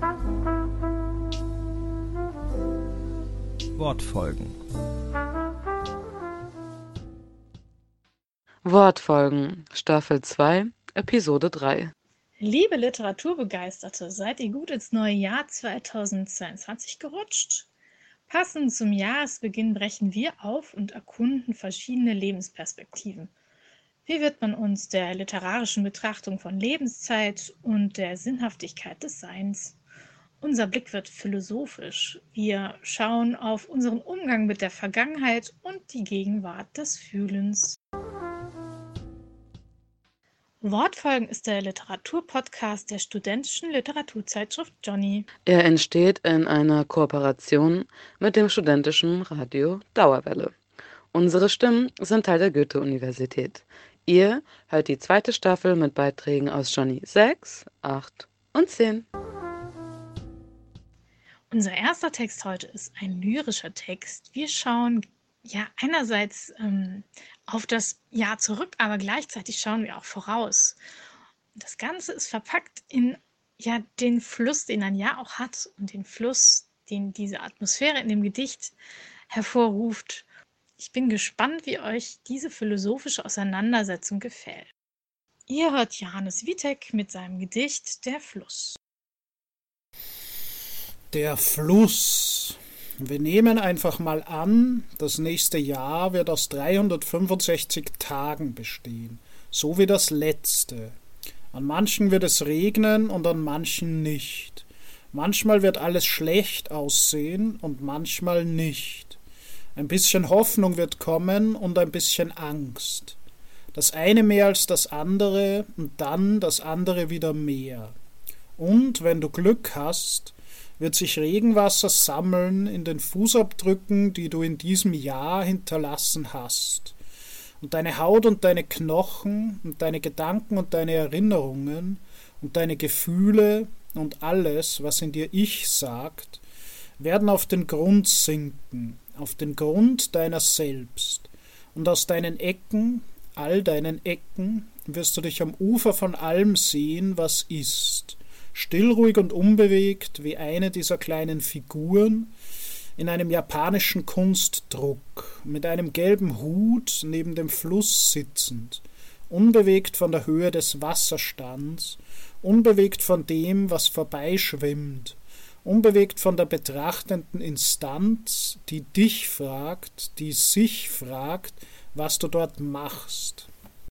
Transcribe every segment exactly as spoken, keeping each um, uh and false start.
Wortfolgen. Wortfolgen, Staffel zwei, Episode drei. Liebe Literaturbegeisterte, seid ihr gut ins neue Jahr zweitausendzweiundzwanzig gerutscht? Passend zum Jahresbeginn brechen wir auf und erkunden verschiedene Lebensperspektiven. Wie wird man uns der literarischen Betrachtung von Lebenszeit und der Sinnhaftigkeit des Seins? Unser Blick wird philosophisch. Wir schauen auf unseren Umgang mit der Vergangenheit und die Gegenwart des Fühlens. Wortfolgen ist der Literaturpodcast der studentischen Literaturzeitschrift Johnny. Er entsteht in einer Kooperation mit dem studentischen Radio Dauerwelle. Unsere Stimmen sind Teil der Goethe-Universität. Ihr hört die zweite Staffel mit Beiträgen aus Johnny sechs, acht und zehn. Unser erster Text heute ist ein lyrischer Text. Wir schauen ja einerseits ähm, auf das Jahr zurück, aber gleichzeitig schauen wir auch voraus. Das Ganze ist verpackt in ja, den Fluss, den ein Jahr auch hat und den Fluss, den diese Atmosphäre in dem Gedicht hervorruft. Ich bin gespannt, wie euch diese philosophische Auseinandersetzung gefällt. Ihr hört Johannes Witek mit seinem Gedicht Der Fluss. Der Fluss. Wir nehmen einfach mal an, das nächste Jahr wird aus dreihundertfünfundsechzig Tagen bestehen, so wie das letzte. An manchen wird es regnen und an manchen nicht. Manchmal wird alles schlecht aussehen und manchmal nicht. Ein bisschen Hoffnung wird kommen und ein bisschen Angst. Das eine mehr als das andere und dann das andere wieder mehr. Und wenn du Glück hast, wird sich Regenwasser sammeln in den Fußabdrücken, die du in diesem Jahr hinterlassen hast. Und deine Haut und deine Knochen und deine Gedanken und deine Erinnerungen und deine Gefühle und alles, was in dir Ich sagt, werden auf den Grund sinken, auf den Grund deiner selbst. Und aus deinen Ecken, all deinen Ecken, wirst du dich am Ufer von allem sehen, was ist. Still, ruhig und unbewegt wie eine dieser kleinen Figuren in einem japanischen Kunstdruck, mit einem gelben Hut neben dem Fluss sitzend, unbewegt von der Höhe des Wasserstands, unbewegt von dem, was vorbeischwimmt, unbewegt von der betrachtenden Instanz, die dich fragt, die sich fragt, was du dort machst.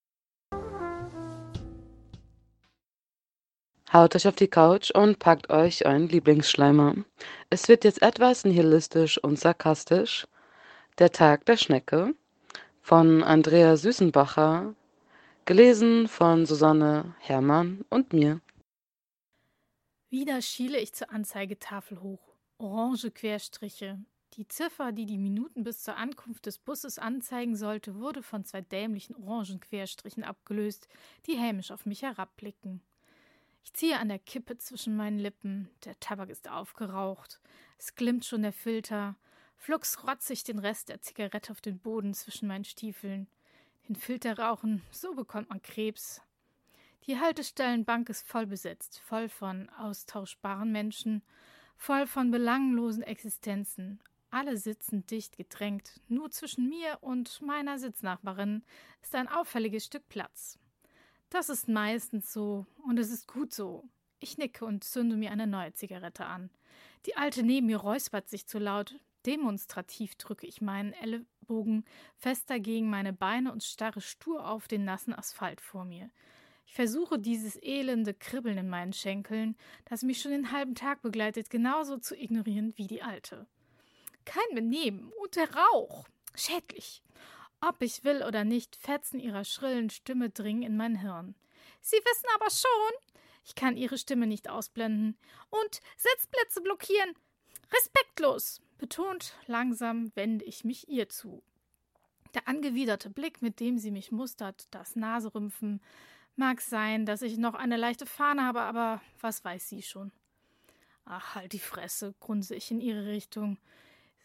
Haut euch auf die Couch und packt euch euren Lieblingsschleimer. Es wird jetzt etwas nihilistisch und sarkastisch. Der Tag der Schnecke von Andrea Süßenbacher, gelesen von Susanne Herrmann und mir. Wieder schiele ich zur Anzeigetafel hoch. Orange Querstriche. Die Ziffer, die die Minuten bis zur Ankunft des Busses anzeigen sollte, wurde von zwei dämlichen orangen Querstrichen abgelöst, die hämisch auf mich herabblicken. Ich ziehe an der Kippe zwischen meinen Lippen. Der Tabak ist aufgeraucht. Es glimmt schon der Filter. Flugs rotze ich den Rest der Zigarette auf den Boden zwischen meinen Stiefeln. Den Filter rauchen, so bekommt man Krebs. Die Haltestellenbank ist voll besetzt, voll von austauschbaren Menschen, voll von belangenlosen Existenzen. Alle sitzen dicht gedrängt. Nur zwischen mir und meiner Sitznachbarin ist ein auffälliges Stück Platz. Das ist meistens so, und es ist gut so. Ich nicke und zünde mir eine neue Zigarette an. Die Alte neben mir räuspert sich zu laut. Demonstrativ drücke ich meinen Ellenbogen fester gegen meine Beine und starre stur auf den nassen Asphalt vor mir. Ich versuche, dieses elende Kribbeln in meinen Schenkeln, das mich schon den halben Tag begleitet, genauso zu ignorieren wie die Alte. Kein Benehmen und der Rauch. Schädlich. Ob ich will oder nicht, Fetzen ihrer schrillen Stimme dringen in mein Hirn. Sie wissen aber schon. Ich kann ihre Stimme nicht ausblenden. Und Sitzplätze blockieren. Respektlos. Betont langsam wende ich mich ihr zu. Der angewiderte Blick, mit dem sie mich mustert, das Naserümpfen. Mag sein, dass ich noch eine leichte Fahne habe, aber was weiß sie schon? Ach, halt die Fresse, grunze ich in ihre Richtung.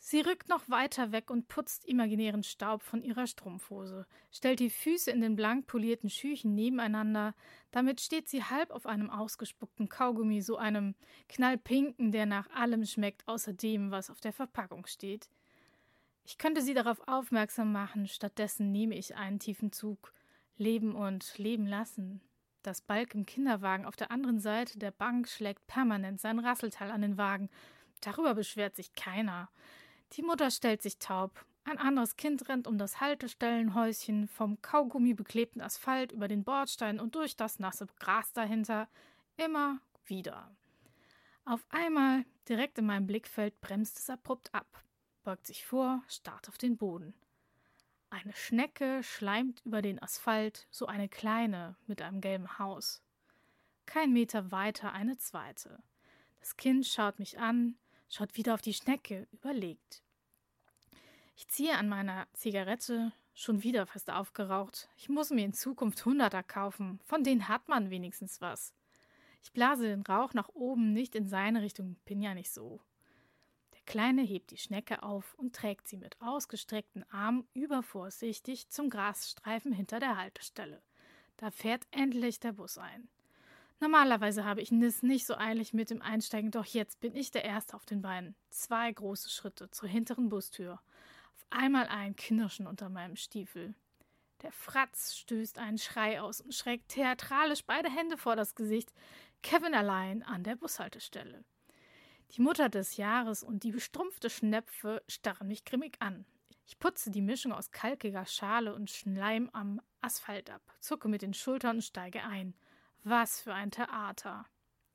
Sie rückt noch weiter weg und putzt imaginären Staub von ihrer Strumpfhose, stellt die Füße in den blank polierten Schüchen nebeneinander. Damit steht sie halb auf einem ausgespuckten Kaugummi, so einem knallpinken, der nach allem schmeckt, außer dem, was auf der Verpackung steht. Ich könnte sie darauf aufmerksam machen, stattdessen nehme ich einen tiefen Zug. Leben und leben lassen. Das Balk im Kinderwagen auf der anderen Seite der Bank schlägt permanent sein Rasselteil an den Wagen. Darüber beschwert sich keiner. Die Mutter stellt sich taub. Ein anderes Kind rennt um das Haltestellenhäuschen, vom Kaugummi beklebten Asphalt über den Bordstein und durch das nasse Gras dahinter. Immer wieder. Auf einmal, direkt in meinem Blickfeld, bremst es abrupt ab, beugt sich vor, starrt auf den Boden. Eine Schnecke schleimt über den Asphalt, so eine kleine mit einem gelben Haus. Kein Meter weiter eine zweite. Das Kind schaut mich an, schaut wieder auf die Schnecke, überlegt. Ich ziehe an meiner Zigarette, schon wieder fest aufgeraucht. Ich muss mir in Zukunft Hunderter kaufen, von denen hat man wenigstens was. Ich blase den Rauch nach oben, nicht in seine Richtung, bin ja nicht so. Der Kleine hebt die Schnecke auf und trägt sie mit ausgestreckten Armen übervorsichtig zum Grasstreifen hinter der Haltestelle. Da fährt endlich der Bus ein. Normalerweise habe ich es nicht so eilig mit dem Einsteigen, doch jetzt bin ich der Erste auf den Beinen. Zwei große Schritte zur hinteren Bustür. Auf einmal ein Knirschen unter meinem Stiefel. Der Fratz stößt einen Schrei aus und schreckt theatralisch beide Hände vor das Gesicht. Kevin allein an der Bushaltestelle. Die Mutter des Jahres und die bestrumpfte Schnepfe starren mich grimmig an. Ich putze die Mischung aus kalkiger Schale und Schleim am Asphalt ab, zucke mit den Schultern und steige ein. Was für ein Theater.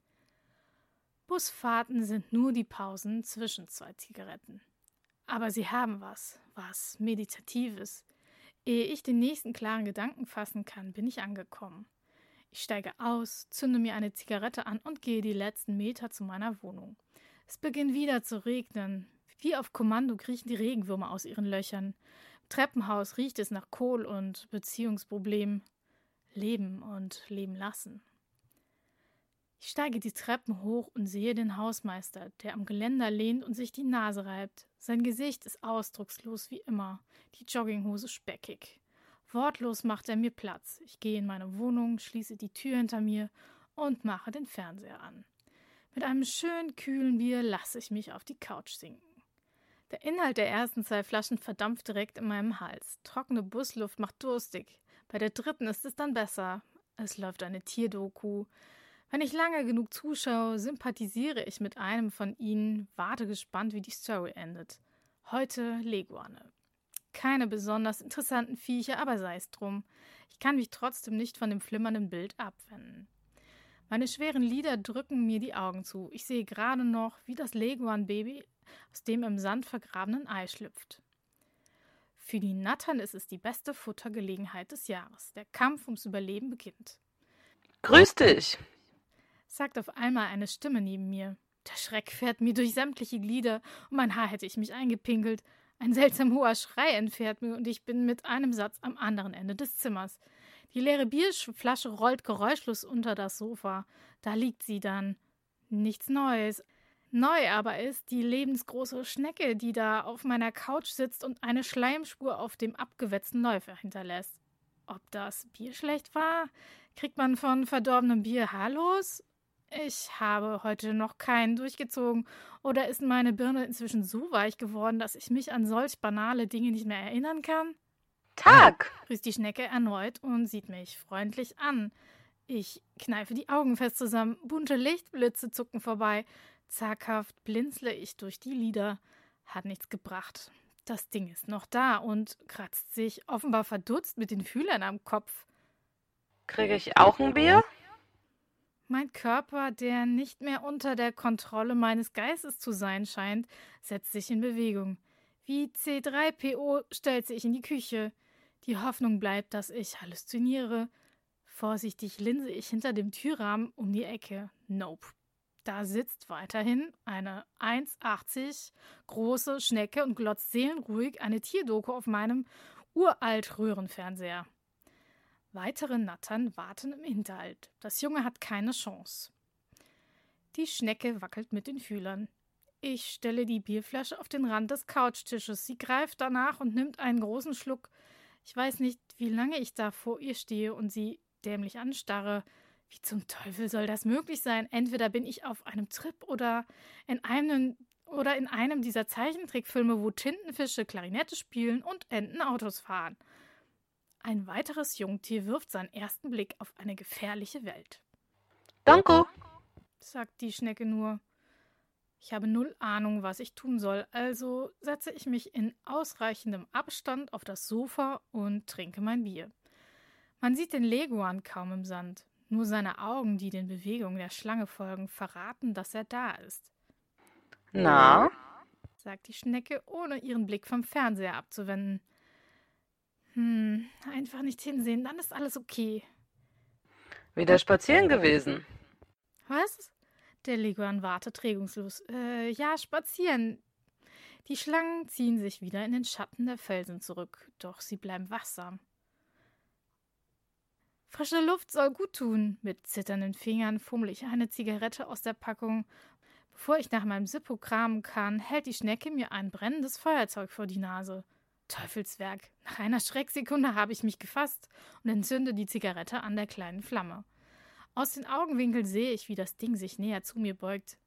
Busfahrten sind nur die Pausen zwischen zwei Zigaretten. Aber sie haben was, was Meditatives. Ehe ich den nächsten klaren Gedanken fassen kann, bin ich angekommen. Ich steige aus, zünde mir eine Zigarette an und gehe die letzten Meter zu meiner Wohnung. Es beginnt wieder zu regnen. Wie auf Kommando kriechen die Regenwürmer aus ihren Löchern. Im Treppenhaus riecht es nach Kohl und Beziehungsproblemen. Leben und leben lassen. Ich steige die Treppen hoch und sehe den Hausmeister, der am Geländer lehnt und sich die Nase reibt. Sein Gesicht ist ausdruckslos wie immer, die Jogginghose speckig. Wortlos macht er mir Platz. Ich gehe in meine Wohnung, schließe die Tür hinter mir und mache den Fernseher an. Mit einem schönen, kühlen Bier lasse ich mich auf die Couch sinken. Der Inhalt der ersten zwei Flaschen verdampft direkt in meinem Hals. Trockene Busluft macht durstig. Bei der dritten ist es dann besser. Es läuft eine Tierdoku. Wenn ich lange genug zuschaue, sympathisiere ich mit einem von ihnen, warte gespannt, wie die Story endet. Heute Leguane. Keine besonders interessanten Viecher, aber sei es drum. Ich kann mich trotzdem nicht von dem flimmernden Bild abwenden. Meine schweren Lider drücken mir die Augen zu. Ich sehe gerade noch, wie das Leguan-Baby aus dem im Sand vergrabenen Ei schlüpft. Für die Nattern ist es die beste Futtergelegenheit des Jahres. Der Kampf ums Überleben beginnt. Grüß dich, sagt auf einmal eine Stimme neben mir. Der Schreck fährt mir durch sämtliche Glieder, um mein Haar hätte ich mich eingepinkelt. Ein seltsam hoher Schrei entfährt mir und ich bin mit einem Satz am anderen Ende des Zimmers. Die leere Bierflasche rollt geräuschlos unter das Sofa. Da liegt sie dann. Nichts Neues. Neu aber ist die lebensgroße Schnecke, die da auf meiner Couch sitzt und eine Schleimspur auf dem abgewetzten Läufer hinterlässt. Ob das Bier schlecht war? Kriegt man von verdorbenem Bier Haarlos? Ich habe heute noch keinen durchgezogen. Oder ist meine Birne inzwischen so weich geworden, dass ich mich an solch banale Dinge nicht mehr erinnern kann? Tag, grüßt die Schnecke erneut und sieht mich freundlich an. Ich kneife die Augen fest zusammen, bunte Lichtblitze zucken vorbei. Zaghaft blinzle ich durch die Lider. Hat nichts gebracht. Das Ding ist noch da und kratzt sich offenbar verdutzt mit den Fühlern am Kopf. kriege ich auch ein Bier? Mein Körper, der nicht mehr unter der Kontrolle meines Geistes zu sein scheint, setzt sich in Bewegung. Wie C drei P O stellt sich in die Küche. Die Hoffnung bleibt, dass ich halluziniere. Vorsichtig linse ich hinter dem Türrahmen um die Ecke. Nope. Da sitzt weiterhin eine eins achtzig große Schnecke und glotzt seelenruhig eine Tierdoku auf meinem uralt Röhrenfernseher. Weitere Nattern warten im Hinterhalt. Das Junge hat keine Chance. Die Schnecke wackelt mit den Fühlern. Ich stelle die Bierflasche auf den Rand des Couchtisches. Sie greift danach und nimmt einen großen Schluck. Ich weiß nicht, wie lange ich da vor ihr stehe und sie dämlich anstarre. Wie zum Teufel soll das möglich sein? Entweder bin ich auf einem Trip oder in einem, oder in einem dieser Zeichentrickfilme, wo Tintenfische Klarinette spielen und Enten Autos fahren. Ein weiteres Jungtier wirft seinen ersten Blick auf eine gefährliche Welt. Danke, sagt die Schnecke nur. Ich habe null Ahnung, was ich tun soll, also setze ich mich in ausreichendem Abstand auf das Sofa und trinke mein Bier. Man sieht den Leguan kaum im Sand. Nur seine Augen, die den Bewegungen der Schlange folgen, verraten, dass er da ist. Na? Sagt die Schnecke, ohne ihren Blick vom Fernseher abzuwenden. Hm, einfach nicht hinsehen, dann ist alles okay. Wieder spazieren gewesen. Was? Der Leguan wartet regungslos. Äh, ja, spazieren. Die Schlangen ziehen sich wieder in den Schatten der Felsen zurück, doch sie bleiben wachsam. Frische Luft soll gut tun. Mit zitternden Fingern fummel ich eine Zigarette aus der Packung. Bevor ich nach meinem Zippo kramen kann, hält die Schnecke mir ein brennendes Feuerzeug vor die Nase. Teufelswerk. Nach einer Schrecksekunde habe ich mich gefasst und entzünde die Zigarette an der kleinen Flamme. Aus den Augenwinkeln sehe ich, wie das Ding sich näher zu mir beugt.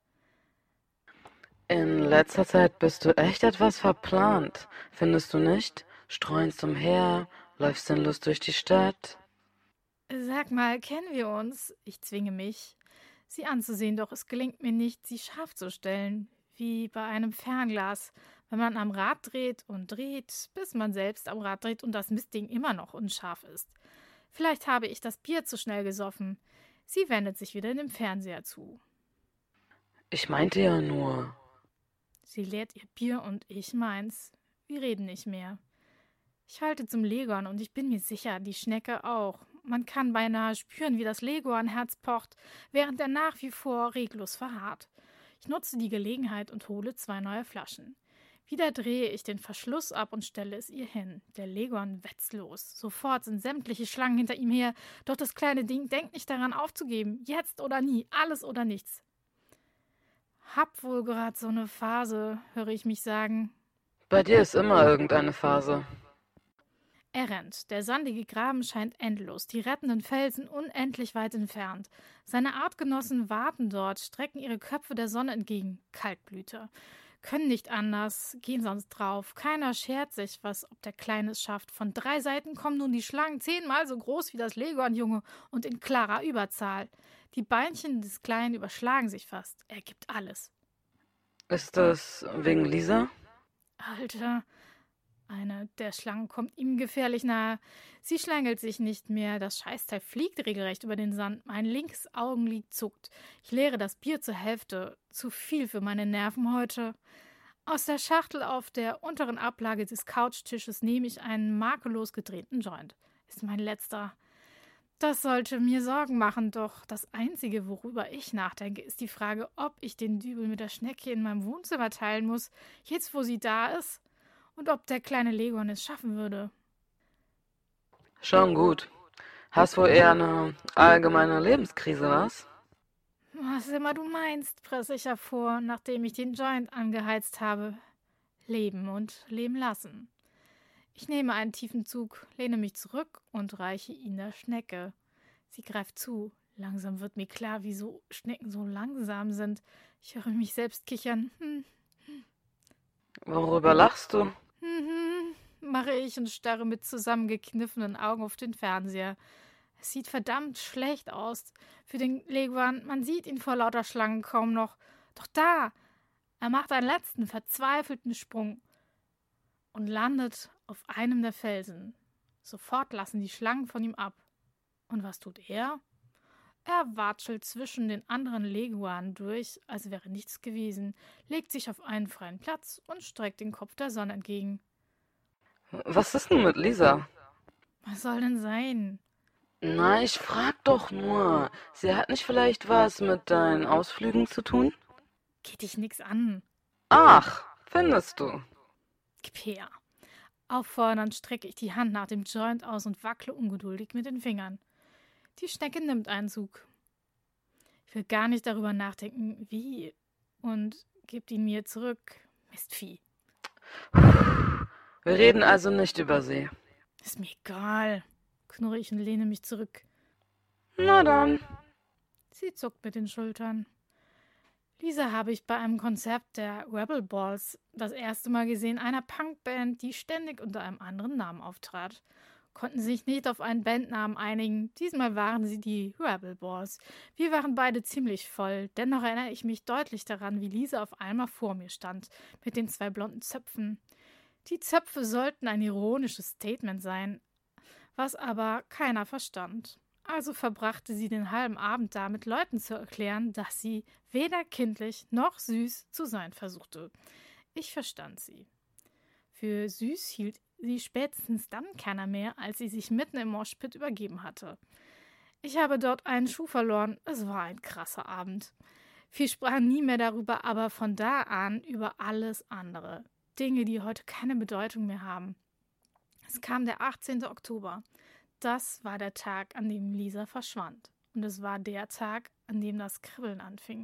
In letzter Zeit bist du echt etwas verplant. Findest du nicht? Streunst umher, läufst sinnlos durch die Stadt. Sag mal, kennen wir uns? Ich zwinge mich, sie anzusehen, doch es gelingt mir nicht, sie scharf zu stellen, wie bei einem Fernglas, wenn man am Rad dreht und dreht, bis man selbst am Rad dreht und das Mistding immer noch unscharf ist. Vielleicht habe ich das Bier zu schnell gesoffen. Sie wendet sich wieder dem Fernseher zu. Ich meinte ja nur. Sie leert ihr Bier und ich meins. Wir reden nicht mehr. Ich halte zum Leguan und ich bin mir sicher, die Schnecke auch. Man kann beinahe spüren, wie das Leguan-Herz pocht, während er nach wie vor reglos verharrt. Ich nutze die Gelegenheit und hole zwei neue Flaschen. Wieder drehe ich den Verschluss ab und stelle es ihr hin. Der Leguan wetzt los. Sofort sind sämtliche Schlangen hinter ihm her, doch das kleine Ding denkt nicht daran aufzugeben. Jetzt oder nie, alles oder nichts. Hab wohl gerade so eine Phase, höre ich mich sagen. Bei dir ist immer irgendeine Phase. Er rennt. Der sandige Graben scheint endlos, die rettenden Felsen unendlich weit entfernt. Seine Artgenossen warten dort, strecken ihre Köpfe der Sonne entgegen. Kaltblüter. Können nicht anders, gehen sonst drauf. Keiner schert sich, was ob der Kleine es schafft. Von drei Seiten kommen nun die Schlangen, zehnmal so groß wie das Leguan-Junge und in klarer Überzahl. Die Beinchen des Kleinen überschlagen sich fast. Er gibt alles. Ist das wegen Lisa? Alter, eine der Schlangen kommt ihm gefährlich nahe. Sie schlängelt sich nicht mehr. Das Scheißteil fliegt regelrecht über den Sand. Mein linkes Augenlid zuckt. Ich leere das Bier zur Hälfte. Zu viel für meine Nerven heute. Aus der Schachtel auf der unteren Ablage des Couchtisches nehme ich einen makellos gedrehten Joint. Ist mein letzter. Das sollte mir Sorgen machen, doch das Einzige, worüber ich nachdenke, ist die Frage, ob ich den Dübel mit der Schnecke in meinem Wohnzimmer teilen muss, jetzt wo sie da ist. Und ob der kleine Leguan es schaffen würde. Schon gut. Hast wohl eher eine allgemeine Lebenskrise, was? Was immer du meinst, presse ich hervor, nachdem ich den Joint angeheizt habe. Leben und leben lassen. Ich nehme einen tiefen Zug, lehne mich zurück und reiche ihn der Schnecke. Sie greift zu. Langsam wird mir klar, wieso Schnecken so langsam sind. Ich höre mich selbst kichern. Hm. Worüber lachst du? Mhm, mache ich und starre mit zusammengekniffenen Augen auf den Fernseher. Es sieht verdammt schlecht aus für den Leguan. Man sieht ihn vor lauter Schlangen kaum noch. Doch da, er macht einen letzten verzweifelten Sprung und landet auf einem der Felsen. Sofort lassen die Schlangen von ihm ab. Und was tut er? Er watschelt zwischen den anderen Leguanen durch, als wäre nichts gewesen, legt sich auf einen freien Platz und streckt den Kopf der Sonne entgegen. Was ist denn mit Lisa? Was soll denn sein? Na, ich frag doch nur. Sie hat nicht vielleicht was mit deinen Ausflügen zu tun? Geht dich nix an. Ach, findest du? Gib her. Auffordernd strecke ich die Hand nach dem Joint aus und wackle ungeduldig mit den Fingern. Die Schnecke nimmt einen Zug. Ich will gar nicht darüber nachdenken, wie und Gebt ihn mir zurück, Mistvieh. Wir reden also nicht über sie. Ist mir egal, knurre ich und lehne mich zurück. Na dann. Sie zuckt mit den Schultern. Lisa habe ich bei einem Konzert der Rebel Balls das erste Mal gesehen, einer Punkband, die ständig unter einem anderen Namen auftrat. Konnten sich nicht auf einen Bandnamen einigen. Diesmal waren sie die Rebel Balls. Wir waren beide ziemlich voll. Dennoch erinnere ich mich deutlich daran, wie Lisa auf einmal vor mir stand, mit den zwei blonden Zöpfen. Die Zöpfe sollten ein ironisches Statement sein, was aber keiner verstand. Also verbrachte sie den halben Abend damit, Leuten zu erklären, dass sie weder kindlich noch süß zu sein versuchte. Ich verstand sie. Für süß hielt sie spätestens dann keiner mehr, als sie sich mitten im Moshpit übergeben hatte. Ich habe dort einen Schuh verloren. Es war ein krasser Abend. Wir sprachen nie mehr darüber, aber von da an über alles andere. Dinge, die heute keine Bedeutung mehr haben. Es kam der achtzehnte Oktober. Das war der Tag, an dem Lisa verschwand. Und es war der Tag, an dem das Kribbeln anfing.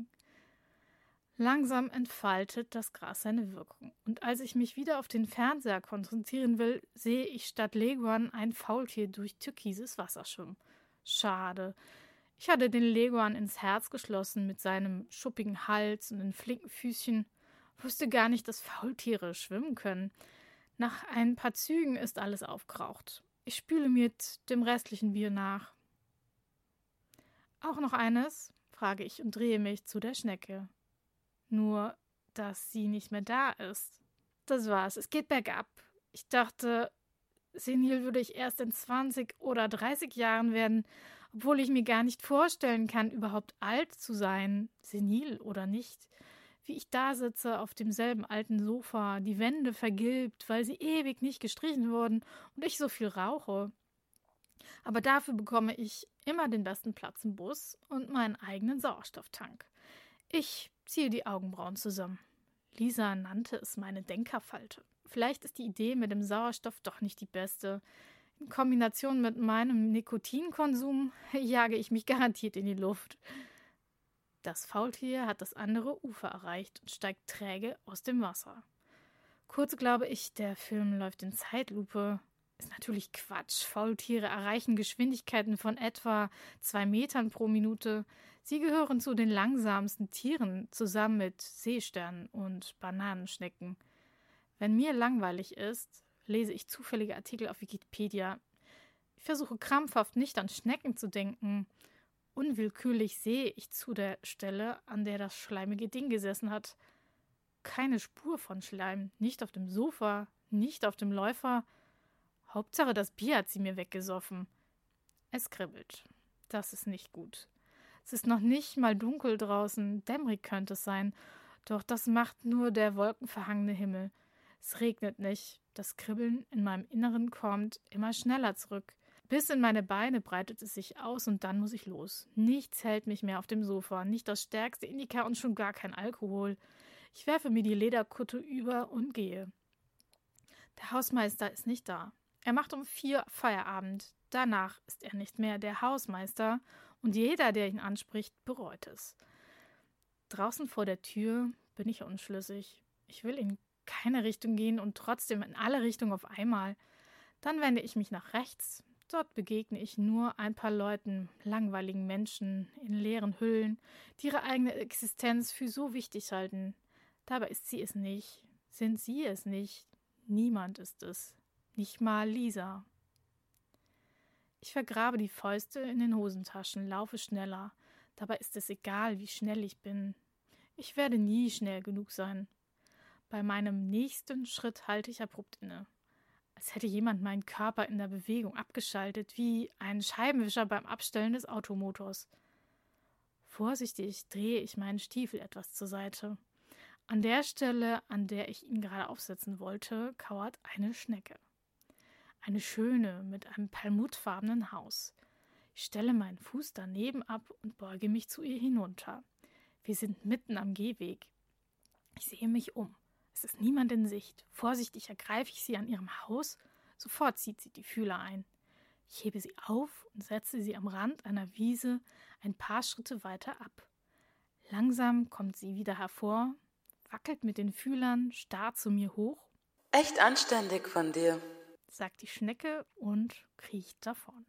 Langsam entfaltet das Gras seine Wirkung. Und als ich mich wieder auf den Fernseher konzentrieren will, sehe ich statt Leguan ein Faultier durch türkises Wasser schwimmen. Schade. Ich hatte den Leguan ins Herz geschlossen mit seinem schuppigen Hals und den flinken Füßchen. Wusste gar nicht, dass Faultiere schwimmen können. Nach ein paar Zügen ist alles aufgeraucht. Ich spüle mit dem restlichen Bier nach. Auch noch eines, frage ich und drehe mich zu der Schnecke. Nur, dass sie nicht mehr da ist. Das war's, es geht bergab. Ich dachte, senil würde ich erst in zwanzig oder dreißig Jahren werden, obwohl ich mir gar nicht vorstellen kann, überhaupt alt zu sein, senil oder nicht. Wie ich da sitze auf demselben alten Sofa, die Wände vergilbt, weil sie ewig nicht gestrichen wurden und ich so viel rauche. Aber dafür bekomme ich immer den besten Platz im Bus und meinen eigenen Sauerstofftank. Ich ziehe die Augenbrauen zusammen. Lisa nannte es meine Denkerfalte. Vielleicht ist die Idee mit dem Sauerstoff doch nicht die beste. In Kombination mit meinem Nikotinkonsum jage ich mich garantiert in die Luft. Das Faultier hat das andere Ufer erreicht und steigt träge aus dem Wasser. Kurz glaube ich, der Film läuft in Zeitlupe. Ist natürlich Quatsch. Faultiere erreichen Geschwindigkeiten von etwa zwei Metern pro Minute. Sie gehören zu den langsamsten Tieren, zusammen mit Seesternen und Bananenschnecken. Wenn mir langweilig ist, lese ich zufällige Artikel auf Wikipedia. Ich versuche krampfhaft nicht an Schnecken zu denken. Unwillkürlich sehe ich zu der Stelle, an der das schleimige Ding gesessen hat. Keine Spur von Schleim, nicht auf dem Sofa, nicht auf dem Läufer. Hauptsache, das Bier hat sie mir weggesoffen. Es kribbelt. Das ist nicht gut. Es ist noch nicht mal dunkel draußen, dämmerig könnte es sein, doch das macht nur der wolkenverhangene Himmel. Es regnet nicht. Das Kribbeln in meinem Inneren kommt immer schneller zurück. Bis in meine Beine breitet es sich aus und dann muss ich los. Nichts hält mich mehr auf dem Sofa, nicht das stärkste Indica und schon gar kein Alkohol. Ich werfe mir die Lederkutte über und gehe. Der Hausmeister ist nicht da. Er macht um vier Feierabend. Danach ist er nicht mehr der Hausmeister und jeder, der ihn anspricht, bereut es. Draußen vor der Tür bin ich unschlüssig. Ich will in keine Richtung gehen und trotzdem in alle Richtungen auf einmal. Dann wende ich mich nach rechts. Dort begegne ich nur ein paar Leuten, langweiligen Menschen in leeren Hüllen, die ihre eigene Existenz für so wichtig halten. Dabei ist sie es nicht. Sind sie es nicht? Niemand ist es. Nicht mal Lisa. Ich vergrabe die Fäuste in den Hosentaschen, laufe schneller. Dabei ist es egal, wie schnell ich bin. Ich werde nie schnell genug sein. Bei meinem nächsten Schritt halte ich abrupt inne. Als hätte jemand meinen Körper in der Bewegung abgeschaltet, wie ein Scheibenwischer beim Abstellen des Automotors. Vorsichtig drehe ich meinen Stiefel etwas zur Seite. An der Stelle, an der ich ihn gerade aufsetzen wollte, kauert eine Schnecke. Eine schöne, mit einem perlmuttfarbenen Haus. Ich stelle meinen Fuß daneben ab und beuge mich zu ihr hinunter. Wir sind mitten am Gehweg. Ich sehe mich um. Es ist niemand in Sicht. Vorsichtig ergreife ich sie an ihrem Haus. Sofort zieht sie die Fühler ein. Ich hebe sie auf und setze sie am Rand einer Wiese ein paar Schritte weiter ab. Langsam kommt sie wieder hervor, wackelt mit den Fühlern, starrt zu mir hoch, Echt anständig von dir. sagt die Schnecke und kriecht davon.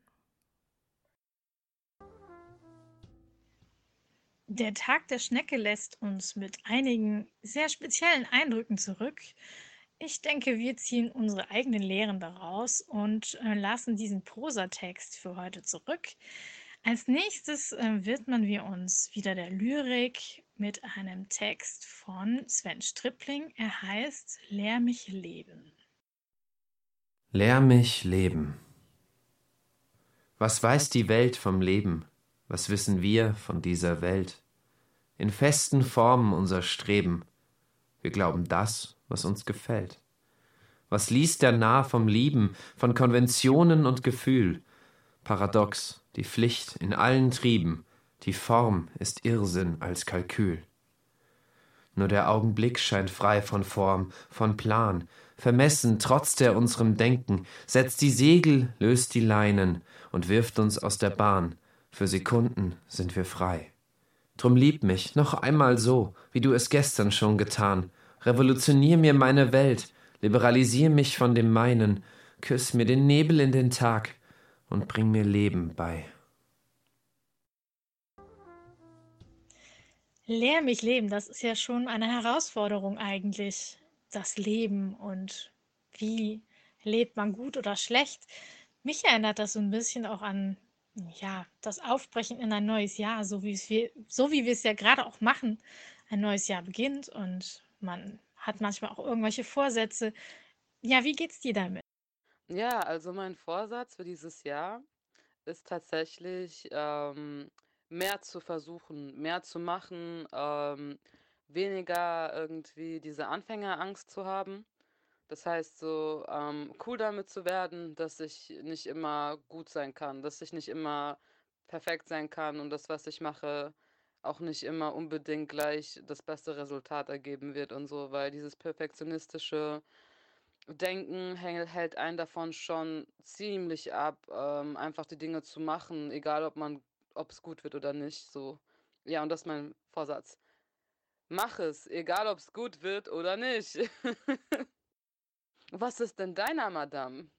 Der Tag der Schnecke lässt uns mit einigen sehr speziellen Eindrücken zurück. Ich denke, wir ziehen unsere eigenen Lehren daraus und äh, lassen diesen Prosatext für heute zurück. Als nächstes äh, widmen wir uns wieder der Lyrik mit einem Text von Sven Stripling. Er heißt Lehr mich leben. Lehr mich leben. Was weiß die Welt vom Leben? Was wissen wir von dieser Welt? In festen Formen unser Streben. Wir glauben das, was uns gefällt. Was liest der Narr vom Lieben, von Konventionen und Gefühl? Paradox, die Pflicht in allen Trieben, die Form ist Irrsinn als Kalkül. Nur der Augenblick scheint frei von Form, von Plan, vermessen trotzt er unserem Denken, setzt die Segel, löst die Leinen und wirft uns aus der Bahn. Für Sekunden sind wir frei. Drum lieb mich noch einmal so, wie du es gestern schon getan. Revolutionier mir meine Welt, liberalisier mich von dem meinen, küss mir den Nebel in den Tag und bring mir Leben bei. Lehr mich leben, das ist ja schon eine Herausforderung eigentlich, das Leben und wie lebt man gut oder schlecht. Mich erinnert das so ein bisschen auch an, ja, das Aufbrechen in ein neues Jahr, so wie es wir, so wie wir es ja gerade auch machen. Ein neues Jahr beginnt und man hat manchmal auch irgendwelche Vorsätze. Ja, wie geht's dir damit? Ja, also mein Vorsatz für dieses Jahr ist tatsächlich, ähm, mehr zu versuchen, mehr zu machen, ähm, weniger irgendwie diese Anfängerangst zu haben. Das heißt so, ähm, cool damit zu werden, dass ich nicht immer gut sein kann, dass ich nicht immer perfekt sein kann und das, was ich mache, auch nicht immer unbedingt gleich das beste Resultat ergeben wird und so, weil dieses perfektionistische Denken häng hält einen davon schon ziemlich ab, ähm, einfach die Dinge zu machen, egal ob man ob es gut wird oder nicht, so. Ja, und das ist mein Vorsatz. Mach es, egal ob es gut wird oder nicht. Was ist denn deiner, Madame?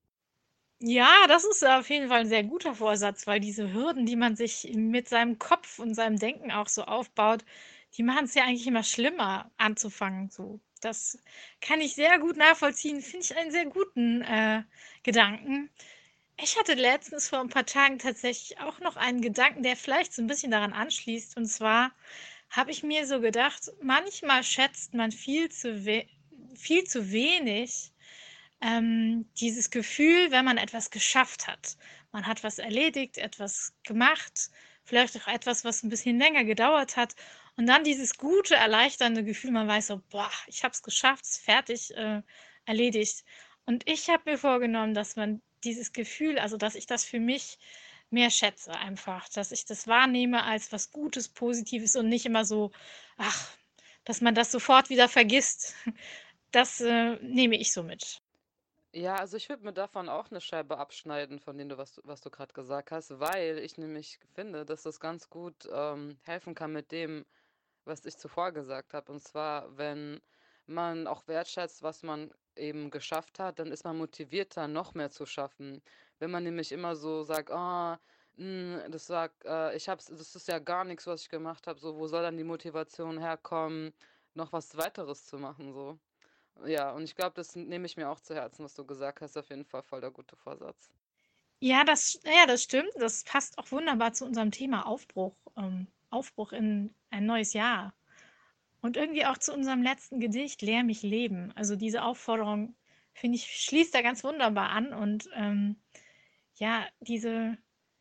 Ja, das ist auf jeden Fall ein sehr guter Vorsatz, weil diese Hürden, die man sich mit seinem Kopf und seinem Denken auch so aufbaut, die machen es ja eigentlich immer schlimmer anzufangen, so. Das kann ich sehr gut nachvollziehen, finde ich einen sehr guten, äh, Gedanken. Ich hatte letztens vor ein paar Tagen tatsächlich auch noch einen Gedanken, der vielleicht so ein bisschen daran anschließt. Und zwar habe ich mir so gedacht, manchmal schätzt man viel zu we viel zu wenig ähm, dieses Gefühl, wenn man etwas geschafft hat. Man hat was erledigt, etwas gemacht, vielleicht auch etwas, was ein bisschen länger gedauert hat. Und dann dieses gute, erleichternde Gefühl, man weiß so, boah, ich habe es geschafft, es ist fertig, äh, erledigt. Und ich habe mir vorgenommen, dass man dieses Gefühl, also dass ich das für mich mehr schätze einfach, dass ich das wahrnehme als was Gutes, Positives und nicht immer so, ach, dass man das sofort wieder vergisst. Das äh, nehme ich so mit. Ja, also ich würde mir davon auch eine Scheibe abschneiden, von dem du was du was du grad gesagt hast, weil ich nämlich finde, dass das ganz gut, ähm, helfen kann mit dem, was ich zuvor gesagt habe. Und zwar, wenn man auch wertschätzt, was man eben geschafft hat, dann ist man motivierter, noch mehr zu schaffen. Wenn man nämlich immer so sagt: „Ah, hm, das war äh, ich habe das ist ja gar nichts, was ich gemacht habe“, so, wo soll dann die Motivation herkommen, noch was Weiteres zu machen, so? Ja, und ich glaube, das nehme ich mir auch zu Herzen, was du gesagt hast. Auf jeden Fall voll der gute Vorsatz. Ja, das, ja, das stimmt. Das passt auch wunderbar zu unserem Thema Aufbruch. Ähm, Aufbruch in ein neues Jahr. Und irgendwie auch zu unserem letzten Gedicht, Lehr mich leben. Also diese Aufforderung, finde ich, schließt da ganz wunderbar an. Und ähm, ja, diese,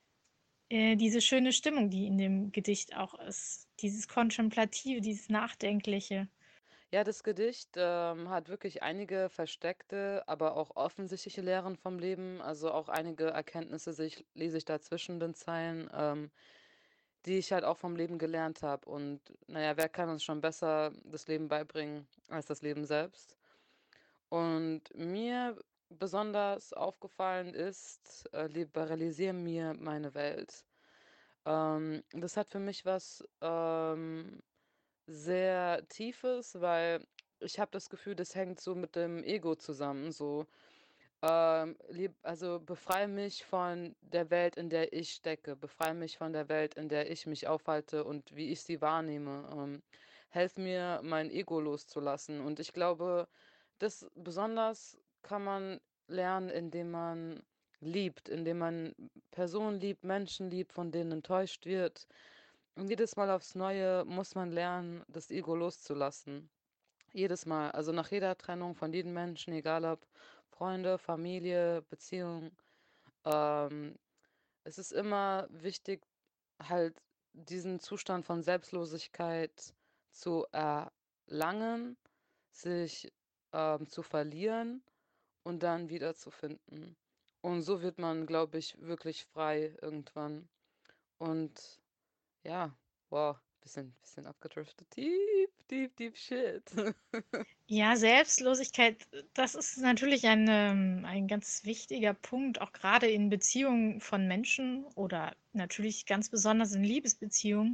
äh, diese schöne Stimmung, die in dem Gedicht auch ist. Dieses Kontemplative, dieses Nachdenkliche. Ja, das Gedicht ähm, hat wirklich einige versteckte, aber auch offensichtliche Lehren vom Leben. Also auch einige Erkenntnisse sehe ich, lese ich da zwischen den Zeilen, ähm, die ich halt auch vom Leben gelernt habe. Und naja, wer kann uns schon besser das Leben beibringen als das Leben selbst? Und mir besonders aufgefallen ist, äh, liberalisiere mir meine Welt. Ähm, das hat für mich was ähm, sehr sehr Tiefes, weil ich habe das Gefühl, das hängt so mit dem Ego zusammen, so. Ähm, lieb also, befreie mich von der Welt, in der ich stecke. Befreie mich von der Welt, in der ich mich aufhalte und wie ich sie wahrnehme. Ähm, helf mir, mein Ego loszulassen. Und ich glaube, das besonders kann man lernen, indem man liebt, indem man Personen liebt, Menschen liebt, von denen enttäuscht wird. Und jedes Mal aufs Neue muss man lernen, das Ego loszulassen. Jedes Mal, also nach jeder Trennung von jedem Menschen, egal ob Freunde, Familie, Beziehung. Ähm, es ist immer wichtig, halt diesen Zustand von Selbstlosigkeit zu erlangen, sich ähm, zu verlieren und dann wiederzufinden. Und so wird man, glaube ich, wirklich frei irgendwann. Und ja, wow, bisschen, bisschen abgedriftet. Deep, deep, deep shit. Ja, Selbstlosigkeit, das ist natürlich ein, ähm, ein ganz wichtiger Punkt, auch gerade in Beziehungen von Menschen oder natürlich ganz besonders in Liebesbeziehungen.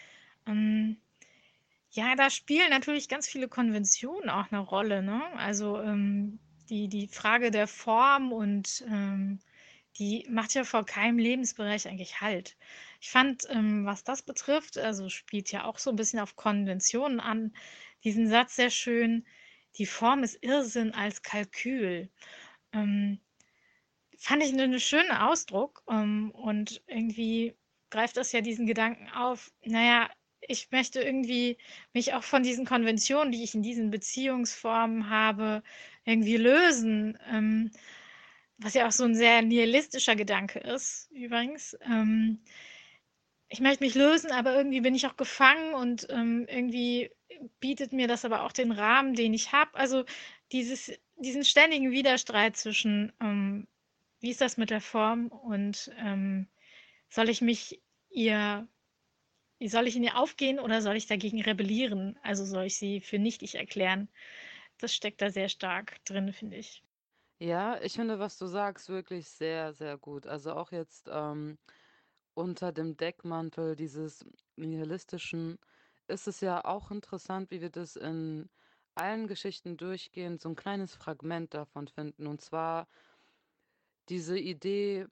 Ähm, ja, da spielen natürlich ganz viele Konventionen auch eine Rolle, ne? Also ähm, die, die Frage der Form und ähm, die macht ja vor keinem Lebensbereich eigentlich Halt. Ich fand, ähm, was das betrifft, also spielt ja auch so ein bisschen auf Konventionen an, diesen Satz sehr schön: Die Form ist Irrsinn als Kalkül. Ähm, Fand ich 'nen schönen Ausdruck, ähm, und irgendwie greift das ja diesen Gedanken auf, na ja, ich möchte irgendwie mich auch von diesen Konventionen, die ich in diesen Beziehungsformen habe, irgendwie lösen, ähm, was ja auch so 'n sehr nihilistischer Gedanke ist übrigens. Ähm, ich möchte mich lösen, aber irgendwie bin ich auch gefangen und, ähm, irgendwie bietet mir das aber auch den Rahmen, den ich habe. Also, dieses diesen ständigen Widerstreit zwischen, ähm, wie ist das mit der Form und, ähm, soll ich mich ihr soll ich in ihr aufgehen oder soll ich dagegen rebellieren? Also, soll ich sie für nichtig erklären? Das steckt da sehr stark drin, finde ich. Ja, ich finde, was du sagst, wirklich sehr, sehr gut. Also auch jetzt ähm, unter dem Deckmantel dieses Nihilistischen ist es ja auch interessant, wie wir das in allen Geschichten durchgehend so ein kleines Fragment davon finden. Und zwar diese Idee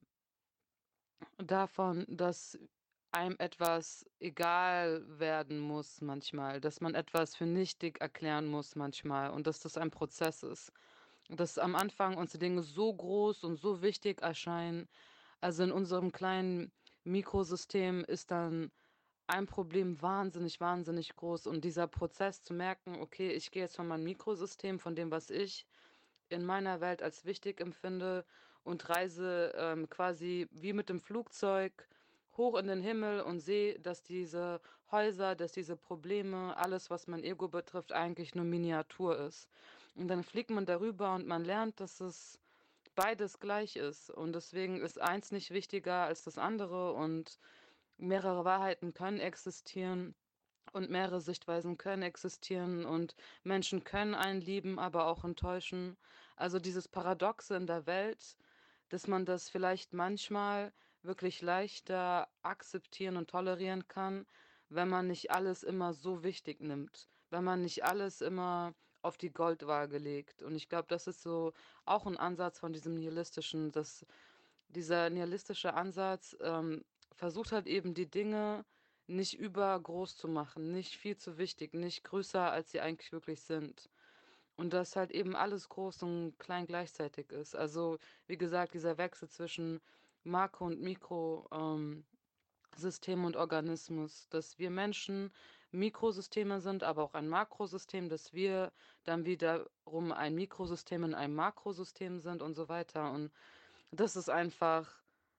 davon, dass einem etwas egal werden muss manchmal, dass man etwas für nichtig erklären muss manchmal und dass das ein Prozess ist. Dass am Anfang uns die Dinge so groß und so wichtig erscheinen. Also in unserem kleinen Mikrosystem ist dann ein Problem wahnsinnig, wahnsinnig groß. Und dieser Prozess zu merken, okay, ich gehe jetzt von meinem Mikrosystem, von dem, was ich in meiner Welt als wichtig empfinde und reise ähm, quasi wie mit dem Flugzeug hoch in den Himmel und sehe, dass diese Häuser, dass diese Probleme, alles, was mein Ego betrifft, eigentlich nur Miniatur ist. Und dann fliegt man darüber und man lernt, dass es beides gleich ist. Und deswegen ist eins nicht wichtiger als das andere und mehrere Wahrheiten können existieren. Und mehrere Sichtweisen können existieren und Menschen können einen lieben, aber auch enttäuschen. Also dieses Paradoxe in der Welt, dass man das vielleicht manchmal wirklich leichter akzeptieren und tolerieren kann, wenn man nicht alles immer so wichtig nimmt, wenn man nicht alles immer auf die Goldwaage legt. Und ich glaube, das ist so auch ein Ansatz von diesem nihilistischen, dass dieser nihilistische Ansatz ähm, versucht halt eben die Dinge nicht übergroß zu machen, nicht viel zu wichtig, nicht größer, als sie eigentlich wirklich sind. Und dass halt eben alles groß und klein gleichzeitig ist. Also, wie gesagt, dieser Wechsel zwischen Makro- und Mikro, ähm, System und Organismus, dass wir Menschen Mikrosysteme sind, aber auch ein Makrosystem, dass wir dann wiederum ein Mikrosystem in einem Makrosystem sind und so weiter. Und das ist einfach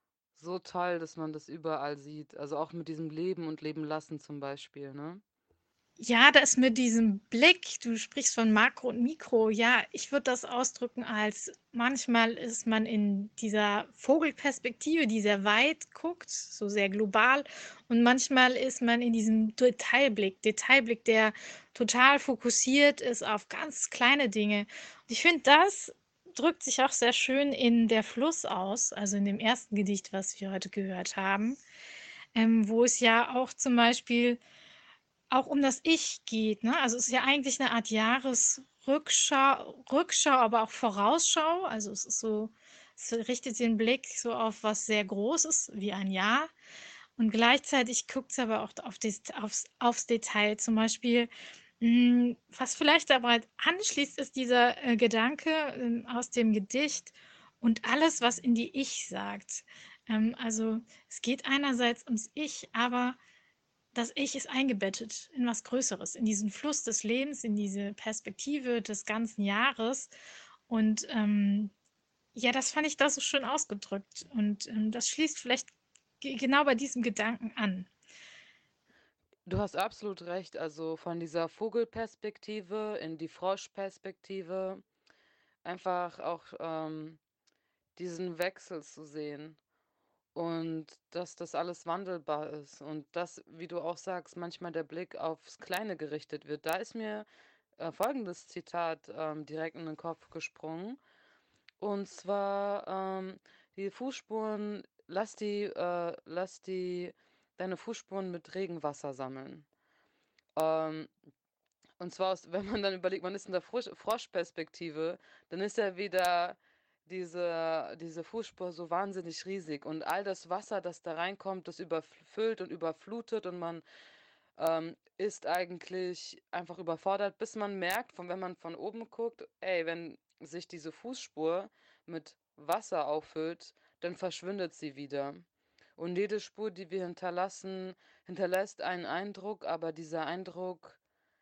so toll, dass man das überall sieht. Also auch mit diesem Leben und Leben lassen zum Beispiel, ne? Ja, das mit diesem Blick, du sprichst von Makro und Mikro. Ja, ich würde das ausdrücken als manchmal ist man in dieser Vogelperspektive, die sehr weit guckt, so sehr global, und manchmal ist man in diesem Detailblick, Detailblick, der total fokussiert ist auf ganz kleine Dinge. Und ich finde, das drückt sich auch sehr schön in Der Fluss aus, also in dem ersten Gedicht, was wir heute gehört haben, ähm, wo es ja auch zum Beispiel auch um das Ich geht, ne? Also, es ist ja eigentlich eine Art Jahresrückschau Rückschau, aber auch Vorausschau. Also, es ist so es richtet den Blick so auf was sehr Großes wie ein Jahr und gleichzeitig guckt es aber auch auf das aufs aufs Detail. Zum Beispiel, hm, was vielleicht dabei anschließt, ist dieser, äh, Gedanke, ähm, aus dem Gedicht und alles, was in die Ich sagt. Ähm, also, es geht einerseits ums Ich, aber das Ich ist eingebettet in was Größeres, in diesen Fluss des Lebens, in diese Perspektive des ganzen Jahres. Und ähm, ja, das fand ich da so schön ausgedrückt. Und ähm, das schließt vielleicht ge- genau bei diesem Gedanken an. Du hast absolut recht. Also von dieser Vogelperspektive in die Froschperspektive, einfach auch ähm, diesen Wechsel zu sehen und dass das alles wandelbar ist und dass, wie du auch sagst, manchmal der Blick aufs Kleine gerichtet wird. Da ist mir äh, folgendes Zitat ähm, direkt in den Kopf gesprungen. Und zwar ähm, die Fußspuren, lass die, äh, lass die, deine Fußspuren mit Regenwasser sammeln. Ähm, und zwar, aus, wenn man dann überlegt, man ist in der Frosch Froschperspektive, dann ist ja wieder diese, diese Fußspur so wahnsinnig riesig. Und all das Wasser, das da reinkommt, das überfüllt und überflutet und man ähm, ist eigentlich einfach überfordert, bis man merkt, von wenn man von oben guckt, ey, wenn sich diese Fußspur mit Wasser auffüllt, dann verschwindet sie wieder. Und jede Spur, die wir hinterlassen, hinterlässt einen Eindruck, aber dieser Eindruck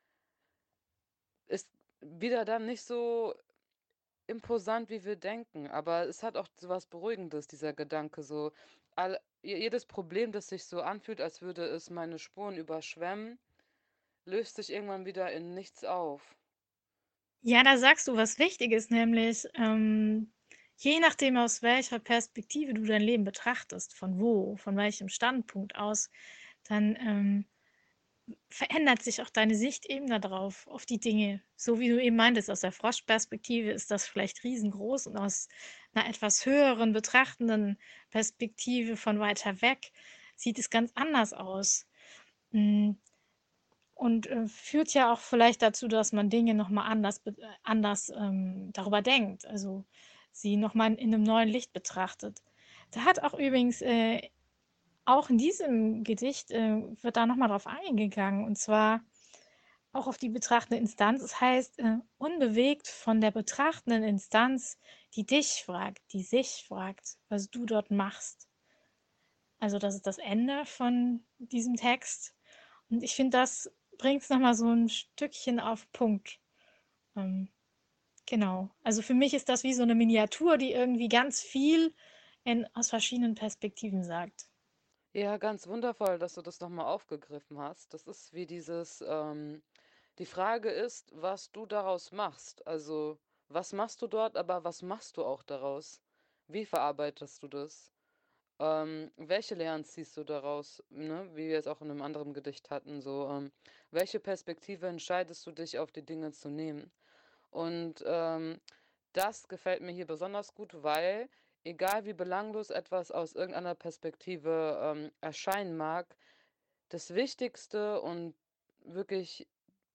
ist wieder dann nicht so imposant, wie wir denken. Aber es hat auch so was Beruhigendes, dieser Gedanke. So, all, jedes Problem, das sich so anfühlt, als würde es meine Spuren überschwemmen, löst sich irgendwann wieder in nichts auf. Ja, da sagst du was Wichtiges, nämlich ähm, je nachdem, aus welcher Perspektive du dein Leben betrachtest, von wo, von welchem Standpunkt aus, dann ähm, verändert sich auch deine Sicht eben darauf, auf die Dinge. So wie du eben meintest, aus der Froschperspektive ist das vielleicht riesengroß und aus einer etwas höheren, betrachtenden Perspektive von weiter weg sieht es ganz anders aus. Mm, Und äh, führt ja auch vielleicht dazu, dass man Dinge nochmal anders, be- äh, anders ähm, darüber denkt, also sie nochmal in einem neuen Licht betrachtet. Da hat auch übrigens äh, auch in diesem Gedicht äh, wird da nochmal drauf eingegangen, und zwar auch auf die betrachtende Instanz. Das heißt, äh, unbewegt von der betrachtenden Instanz, die dich fragt, die sich fragt, was du dort machst. Also das ist das Ende von diesem Text. Und ich finde, das bringt es nochmal so ein Stückchen auf Punkt. Ähm, genau. Also für mich ist das wie so eine Miniatur, die irgendwie ganz viel in, aus verschiedenen Perspektiven sagt. Ja, ganz wundervoll, dass du das nochmal aufgegriffen hast. Das ist wie dieses, ähm, die Frage ist, was du daraus machst. Also, was machst du dort, aber was machst du auch daraus? Wie verarbeitest du das? Ähm, welche Lehren ziehst du daraus, ne? Wie wir es auch in einem anderen Gedicht hatten, so, ähm, welche Perspektive entscheidest du dich auf die Dinge zu nehmen? Und ähm, das gefällt mir hier besonders gut, weil egal wie belanglos etwas aus irgendeiner Perspektive ähm, erscheinen mag, das Wichtigste und wirklich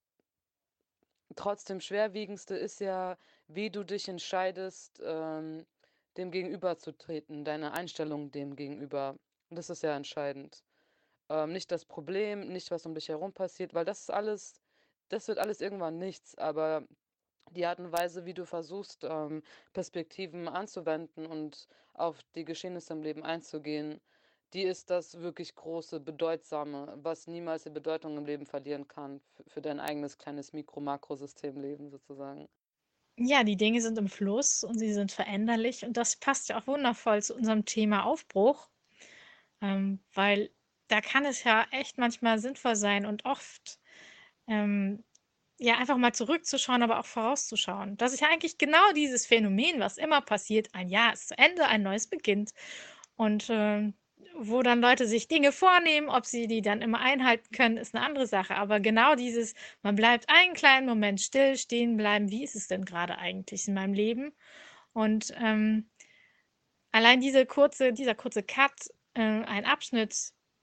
trotzdem schwerwiegendste ist ja, wie du dich entscheidest, ähm, dem gegenüber zu treten, deine Einstellung dem gegenüber. Und das ist ja entscheidend. Ähm, nicht das Problem, nicht was um dich herum passiert, weil das ist alles, das wird alles irgendwann nichts, aber die Art und Weise, wie du versuchst, ähm, Perspektiven anzuwenden und auf die Geschehnisse im Leben einzugehen, die ist das wirklich große, bedeutsame, was niemals die Bedeutung im Leben verlieren kann, für, für dein eigenes kleines Mikro-Makrosystemleben sozusagen. Ja, die Dinge sind im Fluss und sie sind veränderlich, und das passt ja auch wundervoll zu unserem Thema Aufbruch, ähm, weil da kann es ja echt manchmal sinnvoll sein und oft ähm, ja einfach mal zurückzuschauen, aber auch vorauszuschauen. Das ist ja eigentlich genau dieses Phänomen, was immer passiert: ein Jahr ist zu Ende, ein neues beginnt. Und ähm, wo dann Leute sich Dinge vornehmen, ob sie die dann immer einhalten können, ist eine andere Sache. Aber genau dieses, man bleibt einen kleinen Moment still, stehen bleiben, wie ist es denn gerade eigentlich in meinem Leben? Und ähm, allein diese kurze, dieser kurze Cut, äh, ein Abschnitt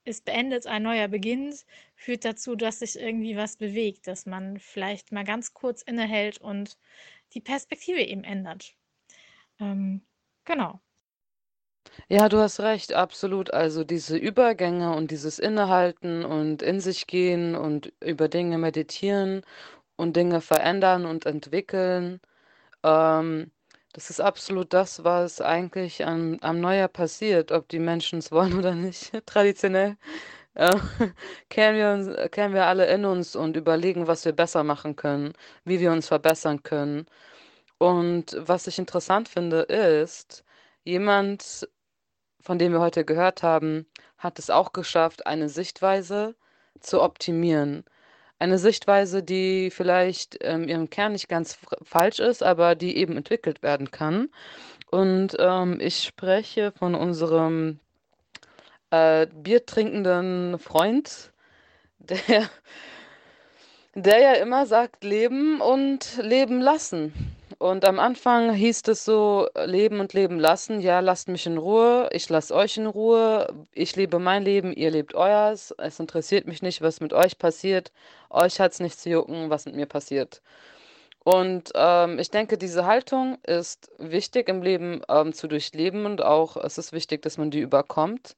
ist beendet, ein neuer beginnt, führt dazu, dass sich irgendwie was bewegt, dass man vielleicht mal ganz kurz innehält und die Perspektive eben ändert. Ähm, genau. Ja, du hast recht, absolut. Also diese Übergänge und dieses Innehalten und in sich gehen und über Dinge meditieren und Dinge verändern und entwickeln, ähm, das ist absolut das, was eigentlich am, am Neujahr passiert, ob die Menschen es wollen oder nicht. Traditionell äh, kehren wir uns, kehren wir alle in uns und überlegen, was wir besser machen können, wie wir uns verbessern können. Und was ich interessant finde, ist, jemand, von dem wir heute gehört haben, hat es auch geschafft, eine Sichtweise zu optimieren. Eine Sichtweise, die vielleicht ähm, ihrem Kern nicht ganz f- falsch ist, aber die eben entwickelt werden kann. Und ähm, ich spreche von unserem äh, biertrinkenden Freund, der Der ja immer sagt, leben und leben lassen. Und am Anfang hieß es so, leben und leben lassen. Ja, lasst mich in Ruhe, ich lasse euch in Ruhe, ich lebe mein Leben, ihr lebt euers. Es interessiert mich nicht, was mit euch passiert. Euch hat's nicht zu jucken, was mit mir passiert. Und ähm, ich denke, diese Haltung ist wichtig im Leben ähm, zu durchleben und auch es ist wichtig, dass man die überkommt.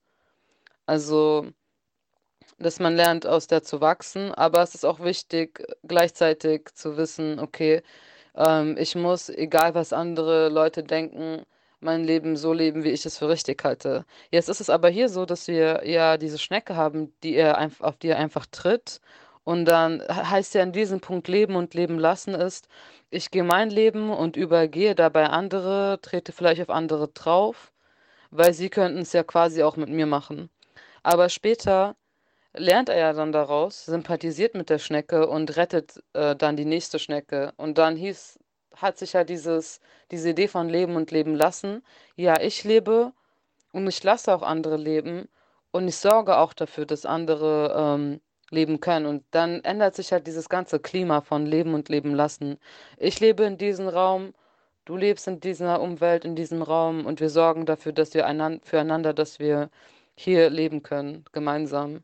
Also dass man lernt, aus der zu wachsen. Aber es ist auch wichtig, gleichzeitig zu wissen, okay, ähm, ich muss, egal was andere Leute denken, mein Leben so leben, wie ich es für richtig halte. Jetzt ist es aber hier so, dass wir ja diese Schnecke haben, die er einfach, auf die er einfach tritt. Und dann he- heißt ja in diesem Punkt Leben und Leben lassen ist, ich gehe mein Leben und übergehe dabei andere, trete vielleicht auf andere drauf, weil sie könnten es ja quasi auch mit mir machen. Aber später lernt er ja dann daraus, sympathisiert mit der Schnecke und rettet äh, dann die nächste Schnecke. Und dann hieß, hat sich ja dieses, diese Idee von Leben und Leben lassen. Ja, ich lebe und ich lasse auch andere leben und ich sorge auch dafür, dass andere ähm, leben können. Und dann ändert sich halt dieses ganze Klima von Leben und Leben lassen. Ich lebe in diesem Raum, du lebst in dieser Umwelt, in diesem Raum und wir sorgen dafür, dass wir einan füreinander, dass wir hier leben können, gemeinsam.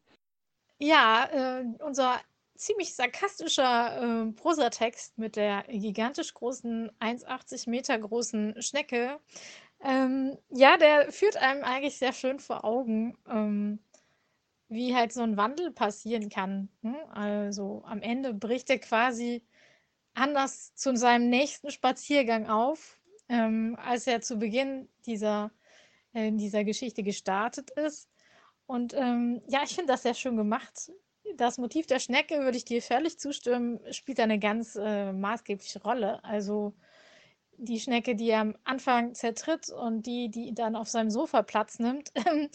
Ja, äh, unser ziemlich sarkastischer äh, Prosatext mit der gigantisch großen, eins Komma achtzig Meter großen Schnecke, ähm, ja, der führt einem eigentlich sehr schön vor Augen, ähm, wie halt so ein Wandel passieren kann. Ne? Also am Ende bricht er quasi anders zu seinem nächsten Spaziergang auf, ähm, als er zu Beginn dieser, äh, dieser Geschichte gestartet ist. Und ähm, ja, ich finde das sehr schön gemacht. Das Motiv der Schnecke, würde ich dir völlig zustimmen, spielt eine ganz äh, maßgebliche Rolle. Also die Schnecke, die er am Anfang zertritt und die, die dann auf seinem Sofa Platz nimmt,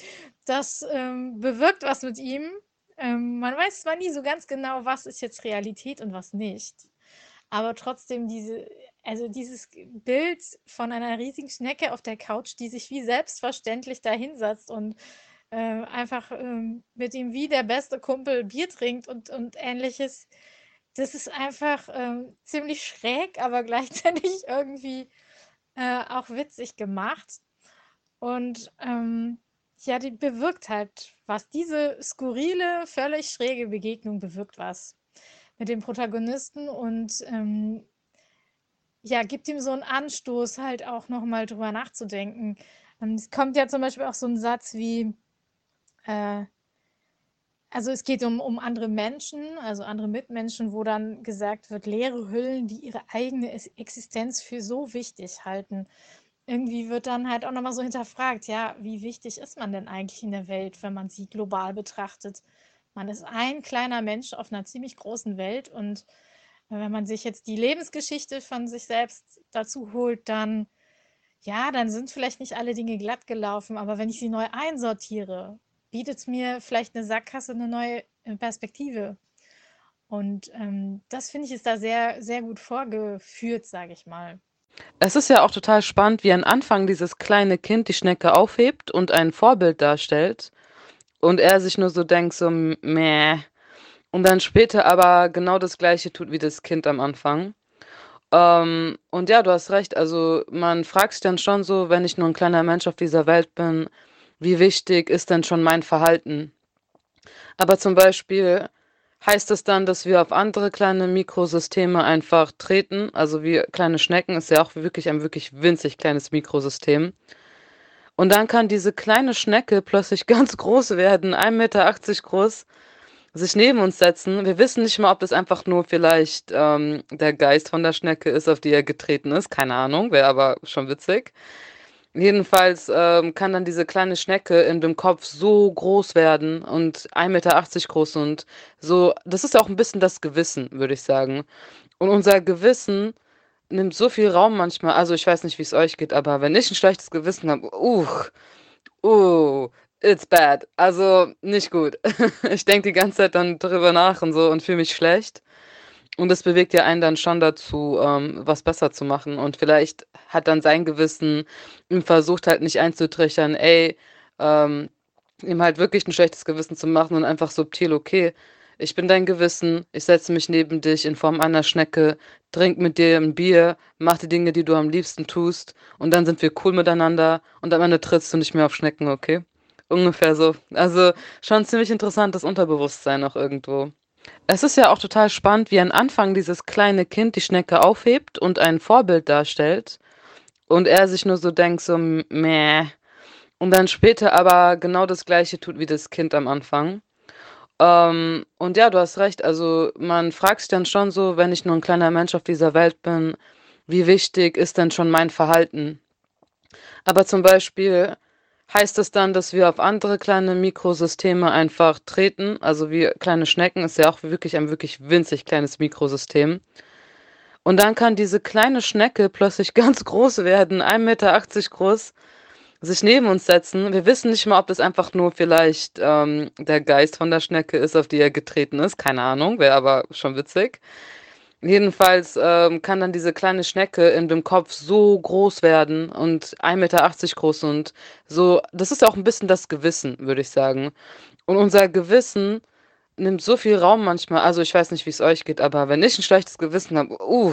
das ähm, bewirkt was mit ihm. Ähm, man weiß zwar nie so ganz genau, was ist jetzt Realität und was nicht. Aber trotzdem diese, also dieses Bild von einer riesigen Schnecke auf der Couch, die sich wie selbstverständlich da hinsetzt und äh, einfach ähm, mit ihm wie der beste Kumpel Bier trinkt und, und ähnliches. Das ist einfach ähm, ziemlich schräg, aber gleichzeitig irgendwie äh, auch witzig gemacht. Und ähm, ja, die bewirkt halt was. Diese skurrile, völlig schräge Begegnung bewirkt was mit dem Protagonisten und ähm, ja, gibt ihm so einen Anstoß, halt auch nochmal drüber nachzudenken. Ähm, es kommt ja zum Beispiel auch so ein Satz wie, äh, also es geht um, um andere Menschen, also andere Mitmenschen, wo dann gesagt wird, leere Hüllen, die ihre eigene Es- Existenz für so wichtig halten. Irgendwie wird dann halt auch nochmal so hinterfragt, ja, wie wichtig ist man denn eigentlich in der Welt, wenn man sie global betrachtet? Man ist ein kleiner Mensch auf einer ziemlich großen Welt und wenn man sich jetzt die Lebensgeschichte von sich selbst dazu holt, dann, ja, dann sind vielleicht nicht alle Dinge glatt gelaufen, aber wenn ich sie neu einsortiere, bietet es mir vielleicht eine Sackgasse, eine neue äh, Perspektive. Und ähm, das finde ich ist da sehr, sehr gut vorgeführt, sage ich mal. Es ist ja auch total spannend, wie am Anfang dieses kleine Kind die Schnecke aufhebt und ein Vorbild darstellt und er sich nur so denkt, so meh. Und dann später aber genau das Gleiche tut wie das Kind am Anfang. Ähm, und ja, du hast recht, also man fragt sich dann schon so, wenn ich nur ein kleiner Mensch auf dieser Welt bin, wie wichtig ist denn schon mein Verhalten? Aber zum Beispiel heißt es dann, dass wir auf andere kleine Mikrosysteme einfach treten. Also wie kleine Schnecken ist ja auch wirklich ein wirklich winzig kleines Mikrosystem. Und dann kann diese kleine Schnecke plötzlich ganz groß werden, ein Meter achtzig groß, sich neben uns setzen. Wir wissen nicht mal, ob das einfach nur vielleicht ähm, der Geist von der Schnecke ist, auf die er getreten ist. Keine Ahnung, wäre aber schon witzig. Jedenfalls ähm, kann dann diese kleine Schnecke in dem Kopf so groß werden und ein Meter achtzig groß und so. Das ist auch ein bisschen das Gewissen, würde ich sagen. Und unser Gewissen nimmt so viel Raum manchmal. Also ich weiß nicht, wie es euch geht, aber wenn ich ein schlechtes Gewissen habe, uh, uh, it's bad. Also nicht gut. Ich denke die ganze Zeit dann drüber nach und so und fühle mich schlecht. Und das bewegt ja einen dann schon dazu, ähm, was besser zu machen. Und vielleicht hat dann sein Gewissen ihm versucht halt nicht einzutrichtern, ey, ähm, ihm halt wirklich ein schlechtes Gewissen zu machen und einfach subtil, okay, ich bin dein Gewissen, ich setze mich neben dich in Form einer Schnecke, trink mit dir ein Bier, mach die Dinge, die du am liebsten tust und dann sind wir cool miteinander und am Ende trittst du nicht mehr auf Schnecken, okay? Ungefähr so. Also schon ziemlich interessantes Unterbewusstsein auch irgendwo. Es ist ja auch total spannend, wie am Anfang dieses kleine Kind die Schnecke aufhebt und ein Vorbild darstellt und er sich nur so denkt, so meh. Und dann später aber genau das Gleiche tut wie das Kind am Anfang. Ähm, und ja, du hast recht. Also man fragt sich dann schon so, wenn ich nur ein kleiner Mensch auf dieser Welt bin, wie wichtig ist denn schon mein Verhalten? Aber zum Beispiel heißt es dann, dass wir auf andere kleine Mikrosysteme einfach treten. Also wie kleine Schnecken ist ja auch wirklich ein wirklich winzig kleines Mikrosystem. Und dann kann diese kleine Schnecke plötzlich ganz groß werden, ein Meter achtzig groß, sich neben uns setzen. Wir wissen nicht mal, ob das einfach nur vielleicht ähm, der Geist von der Schnecke ist, auf die er getreten ist. Keine Ahnung, wäre aber schon witzig. Jedenfalls ähm, kann dann diese kleine Schnecke in dem Kopf so groß werden und ein Meter achtzig groß und so. Das ist auch ein bisschen das Gewissen, würde ich sagen. Und unser Gewissen nimmt so viel Raum manchmal. Also ich weiß nicht, wie es euch geht, aber wenn ich ein schlechtes Gewissen habe, uh,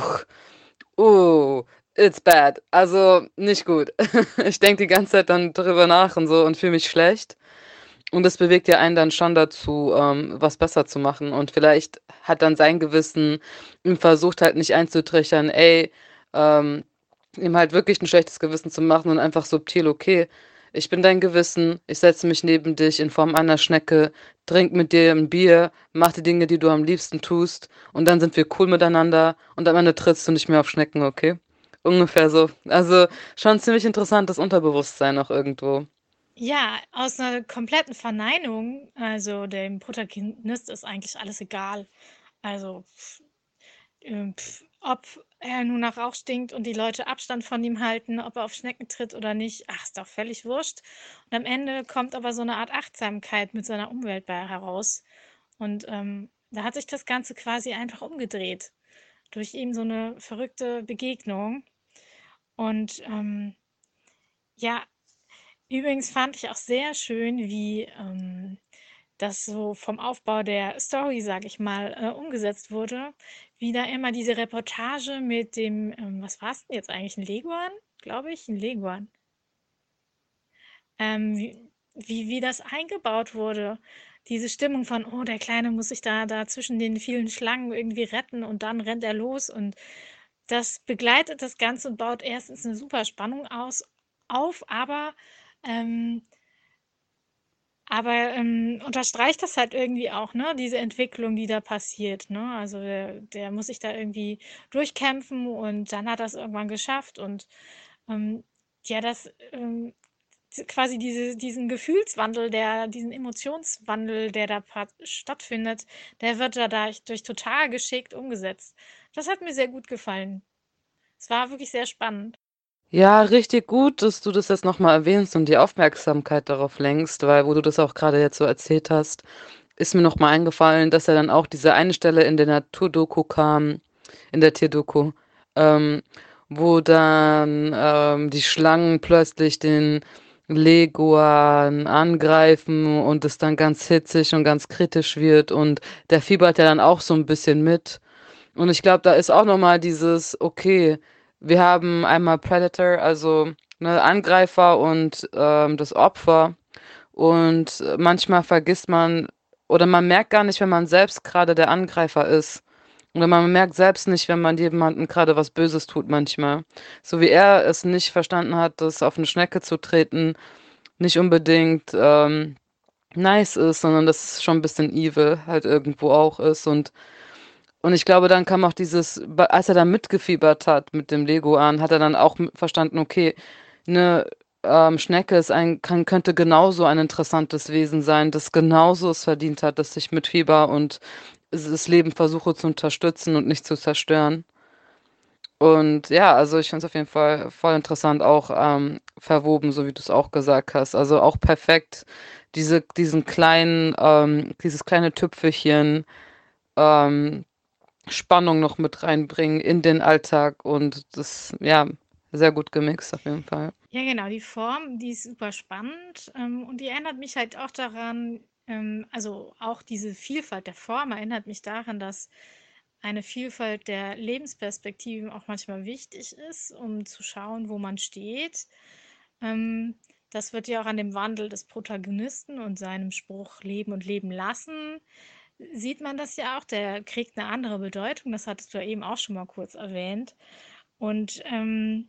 uh, it's bad. Also nicht gut. Ich denke die ganze Zeit dann drüber nach und so und fühle mich schlecht. Und das bewegt ja einen dann schon dazu, ähm, was besser zu machen. Und vielleicht hat dann sein Gewissen ihm versucht halt nicht einzutrichtern, ey, ähm, ihm halt wirklich ein schlechtes Gewissen zu machen und einfach subtil, okay, ich bin dein Gewissen, ich setze mich neben dich in Form einer Schnecke, trink mit dir ein Bier, mach die Dinge, die du am liebsten tust und dann sind wir cool miteinander und am Ende trittst du nicht mehr auf Schnecken, okay? Ungefähr so. Also schon ziemlich interessantes Unterbewusstsein auch irgendwo. Ja, aus einer kompletten Verneinung, also dem Protagonist ist eigentlich alles egal. Also, pf, ähm, pf, ob er nun nach Rauch stinkt und die Leute Abstand von ihm halten, ob er auf Schnecken tritt oder nicht, ach, ist doch völlig wurscht. Und am Ende kommt aber so eine Art Achtsamkeit mit seiner Umwelt bei heraus. Und ähm, da hat sich das Ganze quasi einfach umgedreht. Durch ihm so eine verrückte Begegnung. Und ähm, ja, übrigens fand ich auch sehr schön, wie ähm, das so vom Aufbau der Story, sage ich mal, äh, umgesetzt wurde. Wie da immer diese Reportage mit dem, ähm, was war es denn jetzt eigentlich? Ein Leguan? Glaube ich, ein Leguan. Ähm, wie, wie, wie das eingebaut wurde. Diese Stimmung von, oh, der Kleine muss sich da, da zwischen den vielen Schlangen irgendwie retten und dann rennt er los und das begleitet das Ganze und baut erstens eine super Spannung aus, auf, aber ähm, aber ähm, unterstreicht das halt irgendwie auch, ne, diese Entwicklung, die da passiert, ne? Also der, der muss sich da irgendwie durchkämpfen und dann hat er es irgendwann geschafft und ähm, ja, das ähm, quasi diese, diesen Gefühlswandel, der, diesen Emotionswandel, der da pa- stattfindet, der wird da durch, durch total geschickt umgesetzt. Das hat mir sehr gut gefallen. Es war wirklich sehr spannend. Ja, richtig gut, dass du das jetzt nochmal erwähnst und die Aufmerksamkeit darauf lenkst, weil wo du das auch gerade jetzt so erzählt hast, ist mir nochmal eingefallen, dass ja dann auch diese eine Stelle in der Naturdoku kam, in der Tierdoku, ähm, wo dann ähm, die Schlangen plötzlich den Leguan angreifen und es dann ganz hitzig und ganz kritisch wird und der fiebert ja dann auch so ein bisschen mit. Und ich glaube, da ist auch nochmal dieses, okay, wir haben einmal Predator, also ne, Angreifer und ähm, das Opfer. Und äh, manchmal vergisst man, oder man merkt gar nicht, wenn man selbst gerade der Angreifer ist. Oder man merkt selbst nicht, wenn man jemandem gerade was Böses tut manchmal. So wie er es nicht verstanden hat, dass auf eine Schnecke zu treten nicht unbedingt ähm, nice ist, sondern dass es schon ein bisschen evil halt irgendwo auch ist. Und, und ich glaube, dann kam auch dieses, ba- als er dann mitgefiebert hat mit dem Lego an, hat er dann auch m- verstanden, okay, eine ähm, Schnecke ist ein, kann, könnte genauso ein interessantes Wesen sein, das genauso es verdient hat, dass ich mitfieber und es- das Leben versuche zu unterstützen und nicht zu zerstören. Und ja, also ich finde es auf jeden Fall voll interessant, auch ähm, verwoben, so wie du es auch gesagt hast. Also auch perfekt, diese, diesen kleinen, ähm, dieses kleine Tüpfelchen ähm, Spannung noch mit reinbringen in den Alltag und das, ja, sehr gut gemixt auf jeden Fall. Ja, genau, die Form, die ist super spannend, ähm, und die erinnert mich halt auch daran, ähm, also auch diese Vielfalt der Form erinnert mich daran, dass eine Vielfalt der Lebensperspektiven auch manchmal wichtig ist, um zu schauen, wo man steht. Ähm, das wird ja auch an dem Wandel des Protagonisten und seinem Spruch Leben und Leben lassen, sieht man das ja auch. Der kriegt eine andere Bedeutung, das hattest du ja eben auch schon mal kurz erwähnt. Und ähm,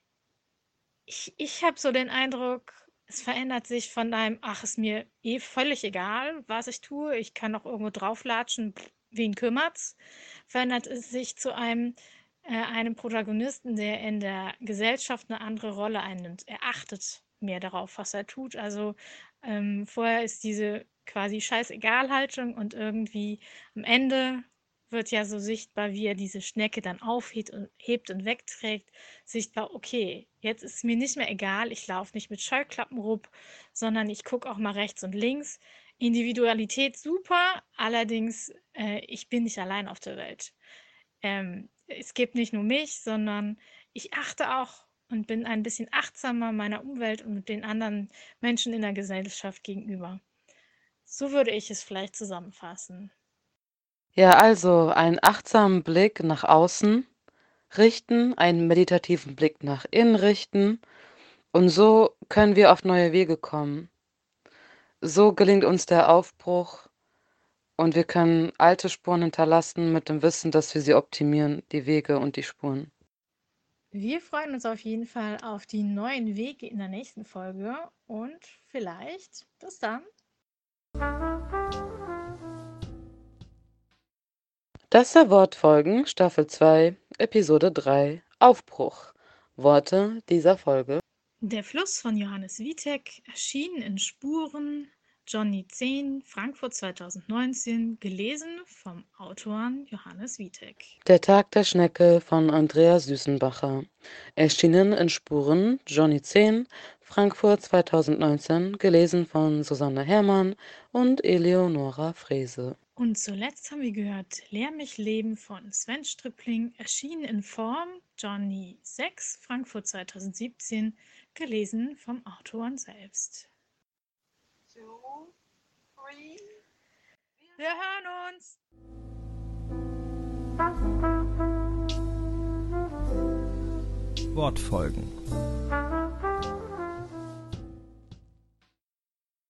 ich ich habe so den Eindruck, es verändert sich von einem: „Ach, ist mir eh völlig egal, was ich tue. Ich kann auch irgendwo drauflatschen, pff, wen kümmert's?“ Verändert es sich zu einem äh, einem Protagonisten, der in der Gesellschaft eine andere Rolle einnimmt. Er achtet mehr darauf, was er tut. Also, ähm, vorher ist diese quasi Scheißegal-Haltung und irgendwie am Ende wird ja so sichtbar, wie er diese Schnecke dann aufhebt und hebt und wegträgt, sichtbar, okay, jetzt ist es mir nicht mehr egal, ich laufe nicht mit Scheuklappen rum, sondern ich gucke auch mal rechts und links. Individualität super, allerdings, äh, ich bin nicht allein auf der Welt. Ähm, es gibt nicht nur mich, sondern ich achte auch und bin ein bisschen achtsamer meiner Umwelt und den anderen Menschen in der Gesellschaft gegenüber. So würde ich es vielleicht zusammenfassen. Ja, also einen achtsamen Blick nach außen richten, einen meditativen Blick nach innen richten und so können wir auf neue Wege kommen. So gelingt uns der Aufbruch und wir können alte Spuren hinterlassen mit dem Wissen, dass wir sie optimieren, die Wege und die Spuren. Wir freuen uns auf jeden Fall auf die neuen Wege in der nächsten Folge und vielleicht bis dann. Das der Wortfolgen, Staffel zwei, Episode drei, Aufbruch. Worte dieser Folge. Der Fluss von Johannes Witek, erschienen in Spuren, Johnny zehn, Frankfurt zweitausendneunzehn, gelesen vom Autoren Johannes Witek. Der Tag der Schnecke von Andrea Süßenbacher. Erschienen in Spuren, Johnny zehn, Frankfurt zweitausendneunzehn, gelesen von Susanne Herrmann und Eleonora Frese. Und zuletzt haben wir gehört Lehr mich leben von Sven Stripling, erschienen in Form, Johnny sechs, Frankfurt zweitausendsiebzehn, gelesen vom Autoren selbst. Two, three. Wir hören uns! Wortfolgen.